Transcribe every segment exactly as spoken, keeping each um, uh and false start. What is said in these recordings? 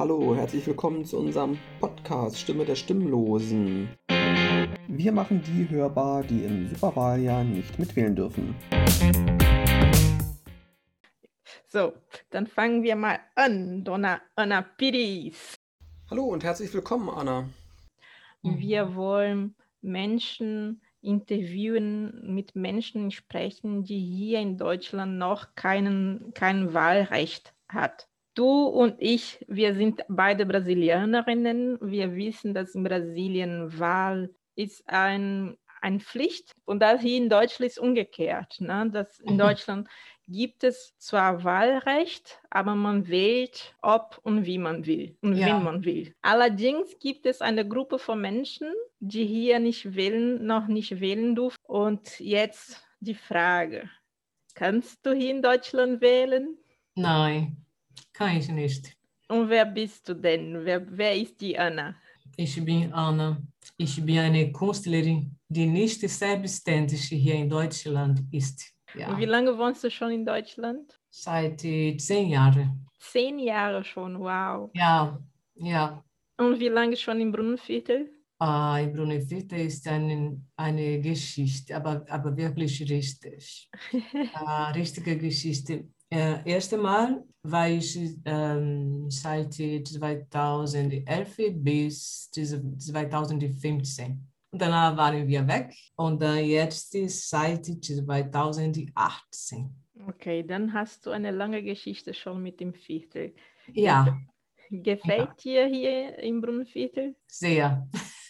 Hallo, herzlich willkommen zu unserem Podcast Stimme der Stimmlosen. Wir machen die hörbar, die im Superwahljahr nicht mitwählen dürfen. So, dann fangen wir mal an, Donna Anna Piris. Hallo und herzlich willkommen, Anna. Wir wollen Menschen interviewen, mit Menschen sprechen, die hier in Deutschland noch keinen, kein Wahlrecht hat. Du und ich, wir sind beide Brasilianerinnen. Wir wissen, dass in Brasilien Wahl ist ein, eine Pflicht und das hier in Deutschland ist umgekehrt. Ne? Dass in Deutschland gibt es zwar Wahlrecht, aber man wählt, ob und wie man will und Ja. wen man will. Allerdings gibt es eine Gruppe von Menschen, die hier nicht wählen, noch nicht wählen durften. Und jetzt die Frage, kannst du hier in Deutschland wählen? Nein, kann ich nicht. Und wer bist du denn? Wer, wer ist die Anna? Ich bin Anna. Ich bin eine Künstlerin, die nicht selbstständig hier in Deutschland ist. Ja. Und wie lange wohnst du schon in Deutschland? Seit äh, zehn Jahren. Zehn Jahre schon, wow. Ja, ja. Und wie lange schon im Brunnenviertel? Äh, in Brunnenviertel ist eine, eine Geschichte, aber, aber wirklich richtig. äh, richtige Geschichte. Äh, erste Mal war ich ähm, seit zweitausendelf bis zweitausendfünfzehn. Und danach waren wir weg und dann jetzt ist seit zweitausendachtzehn. Okay, dann hast du eine lange Geschichte schon mit dem Viertel. Ja. Gefällt dir hier im Brunnenviertel? Sehr.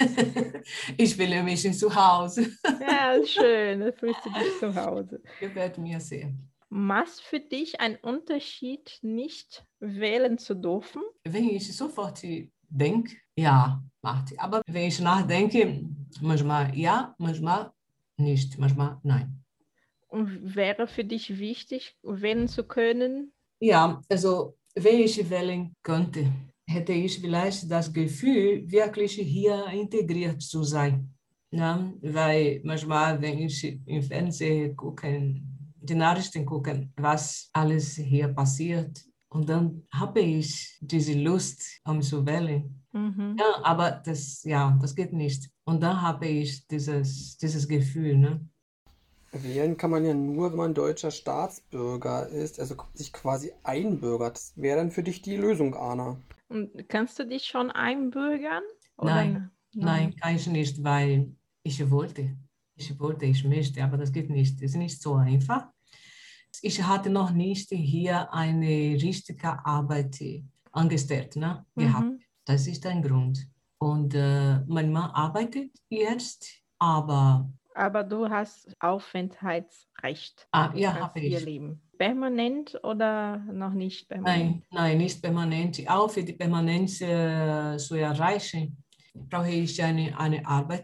Ich fühle mich zu Hause. Ja, schön, da fühlst du dich zu Hause. Gefällt mir sehr. Macht für dich einen Unterschied, nicht wählen zu dürfen? Wenn ich sofort denke, ja, macht. Aber wenn ich nachdenke, manchmal ja, manchmal nicht, manchmal nein. Und wäre für dich wichtig, wählen zu können? Ja, also wenn ich wählen könnte, hätte ich vielleicht das Gefühl, wirklich hier integriert zu sein. Ja, weil manchmal, wenn ich im Fernsehen gucke, die Nachrichten gucken, was alles hier passiert, und dann habe ich diese Lust, um zu wählen. Mhm. Ja, aber das, ja, das geht nicht. Und dann habe ich dieses, dieses Gefühl. Ne? Wählen kann man ja nur, wenn man deutscher Staatsbürger ist, also sich quasi einbürgert. Das wäre dann für dich die Lösung, Anna. Und kannst du dich schon einbürgern? Oder Nein, n- nein, kann ich nicht, weil ich wollte. Ich wollte, ich möchte, aber das geht nicht. Es ist nicht so einfach. Ich hatte noch nicht hier eine richtige Arbeit angestellt, ne, gehabt. Mhm. Das ist ein Grund. Und äh, mein Mann arbeitet jetzt, aber Aber du hast Aufenthaltsrecht. ah, ja, Kannst habe hier ich. leben. Permanent oder noch nicht permanent? Nein, nein, nicht permanent. Auch für die Permanenz äh, zu erreichen, brauche ich eine, eine Arbeit.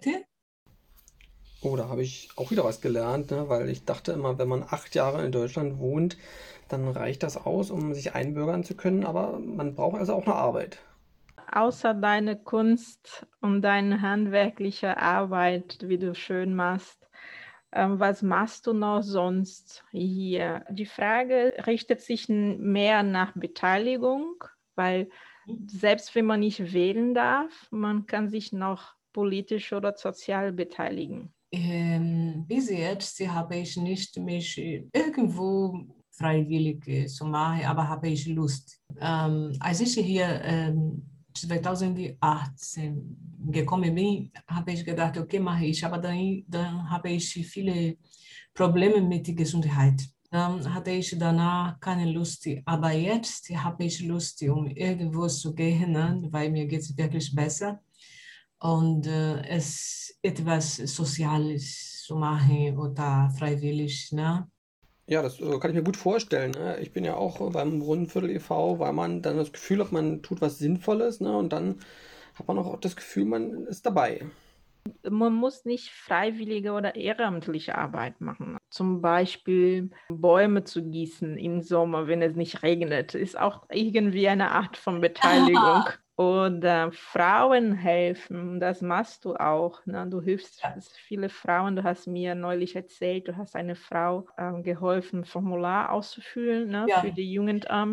Oh, da habe ich auch wieder was gelernt, ne? Weil ich dachte immer, wenn man acht Jahre in Deutschland wohnt, dann reicht das aus, um sich einbürgern zu können, aber man braucht also auch eine Arbeit. Außer deine Kunst und deine handwerkliche Arbeit, wie du schön machst, ähm, was machst du noch sonst hier? Die Frage richtet sich n- mehr nach Beteiligung, weil selbst wenn man nicht wählen darf, man kann sich noch politisch oder sozial beteiligen. Ähm, bis jetzt habe ich nicht mich irgendwo freiwillig äh, zu machen, aber habe ich Lust. Ähm, als ich hier ähm, zweitausendachtzehn gekommen bin, habe ich gedacht, okay, mache ich, aber dann, dann habe ich viele Probleme mit der Gesundheit. Dann hatte ich danach keine Lust, aber jetzt habe ich Lust, um irgendwo zu gehen, ne, weil mir geht es wirklich besser und äh, es etwas Soziales zu machen oder freiwillig. Ne? Ja, das äh, kann ich mir gut vorstellen. Ne? Ich bin ja auch äh, beim Brunnenviertel e V, weil man dann das Gefühl hat, man tut was Sinnvolles, ne? Und dann hat man auch das Gefühl, man ist dabei. Man muss nicht freiwillige oder ehrenamtliche Arbeit machen. Zum Beispiel Bäume zu gießen im Sommer, wenn es nicht regnet, ist auch irgendwie eine Art von Beteiligung. Oder Frauen helfen, das machst du auch. Ne? Du hilfst Ja. viele Frauen. Du hast mir neulich erzählt, du hast eine Frau ähm, geholfen, ein Formular auszufüllen, ne, Ja. für das Jugendamt.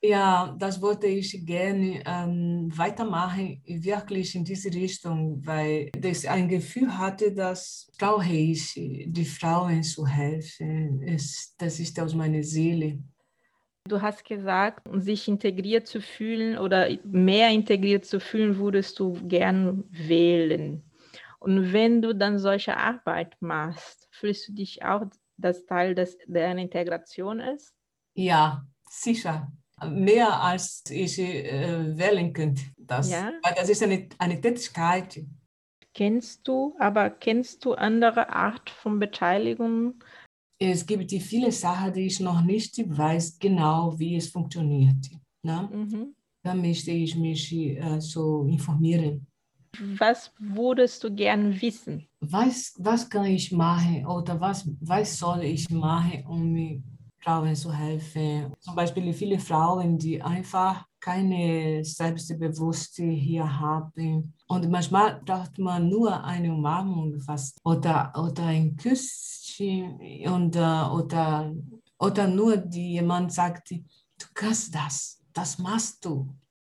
Ja, das wollte ich gerne ähm, weitermachen, wirklich in diese Richtung, weil ich ein Gefühl hatte, dass Frau Reich, die Frauen zu helfen, ist, das ist aus meiner Seele. Du hast gesagt, sich integriert zu fühlen oder mehr integriert zu fühlen, würdest du gern wählen. Und wenn du dann solche Arbeit machst, fühlst du dich auch, dass Teil des, der Integration ist? Ja, sicher. Mehr als ich äh, wählen könnte. Das, Ja? weil das ist eine, eine Tätigkeit. Kennst du, aber kennst du andere Art von Beteiligung? Es gibt die viele Sachen, die ich noch nicht weiß genau, wie es funktioniert. Ne? Mhm. Da möchte ich mich äh, so informieren. Was würdest du gern wissen? Was, was kann ich machen oder was, was soll ich machen, um Frauen zu helfen? Zum Beispiel viele Frauen, die einfach keine Selbstbewusstsein hier haben. Und manchmal braucht man nur eine Umarmung fast oder, oder ein Küsschen und, äh, oder, oder nur die jemand sagt, du kannst das, das machst du.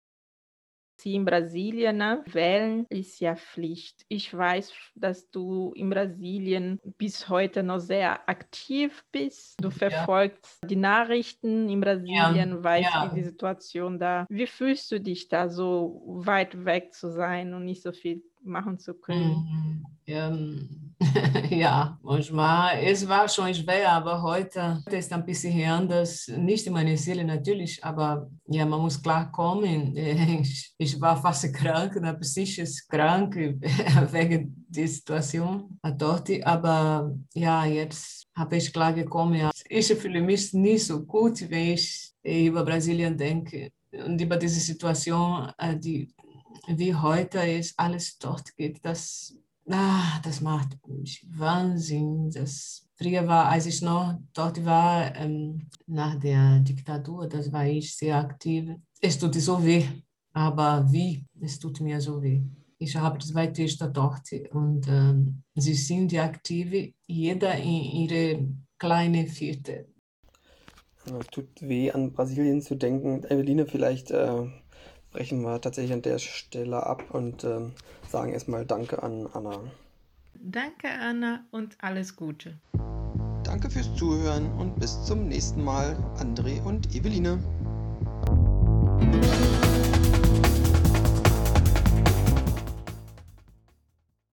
Sie in Brasilien, ne? Wählen ist ja Pflicht. Ich weiß, dass du in Brasilien bis heute noch sehr aktiv bist. Du Ja, verfolgst die Nachrichten in ja, Brasilien, weißt, wie ja. die Situation da. Wie fühlst du dich da, so weit weg zu sein und nicht so viel machen zu können? Mhm. Ähm, ja, manchmal, es war schon schwer, aber heute ist ein bisschen anders. Nicht in meiner Seele natürlich, aber ja, man muss klarkommen. Ich, ich war fast krank, ne, psychisch krank wegen der Situation dort, aber ja, jetzt habe ich klargekommen. Ja. Ich fühle mich nicht so gut, wenn ich über Brasilien denke und über diese Situation, äh, die wie heute ist alles dort geht, das, ah, das macht mich Wahnsinn. Das früher war, als ich noch dort war, ähm, nach der Diktatur, das war ich sehr aktiv. Es tut so weh, aber wie? Es tut mir so weh. Ich habe zwei Töchter dort und ähm, sie sind ja aktiv, jeder in ihre kleine Viertel. Ja, es tut weh, an Brasilien zu denken. Eveline, vielleicht äh, brechen wir tatsächlich an der Stelle ab und ähm, sagen erstmal Danke an Anna. Danke, Anna, und alles Gute. Danke fürs Zuhören und bis zum nächsten Mal, André und Eveline.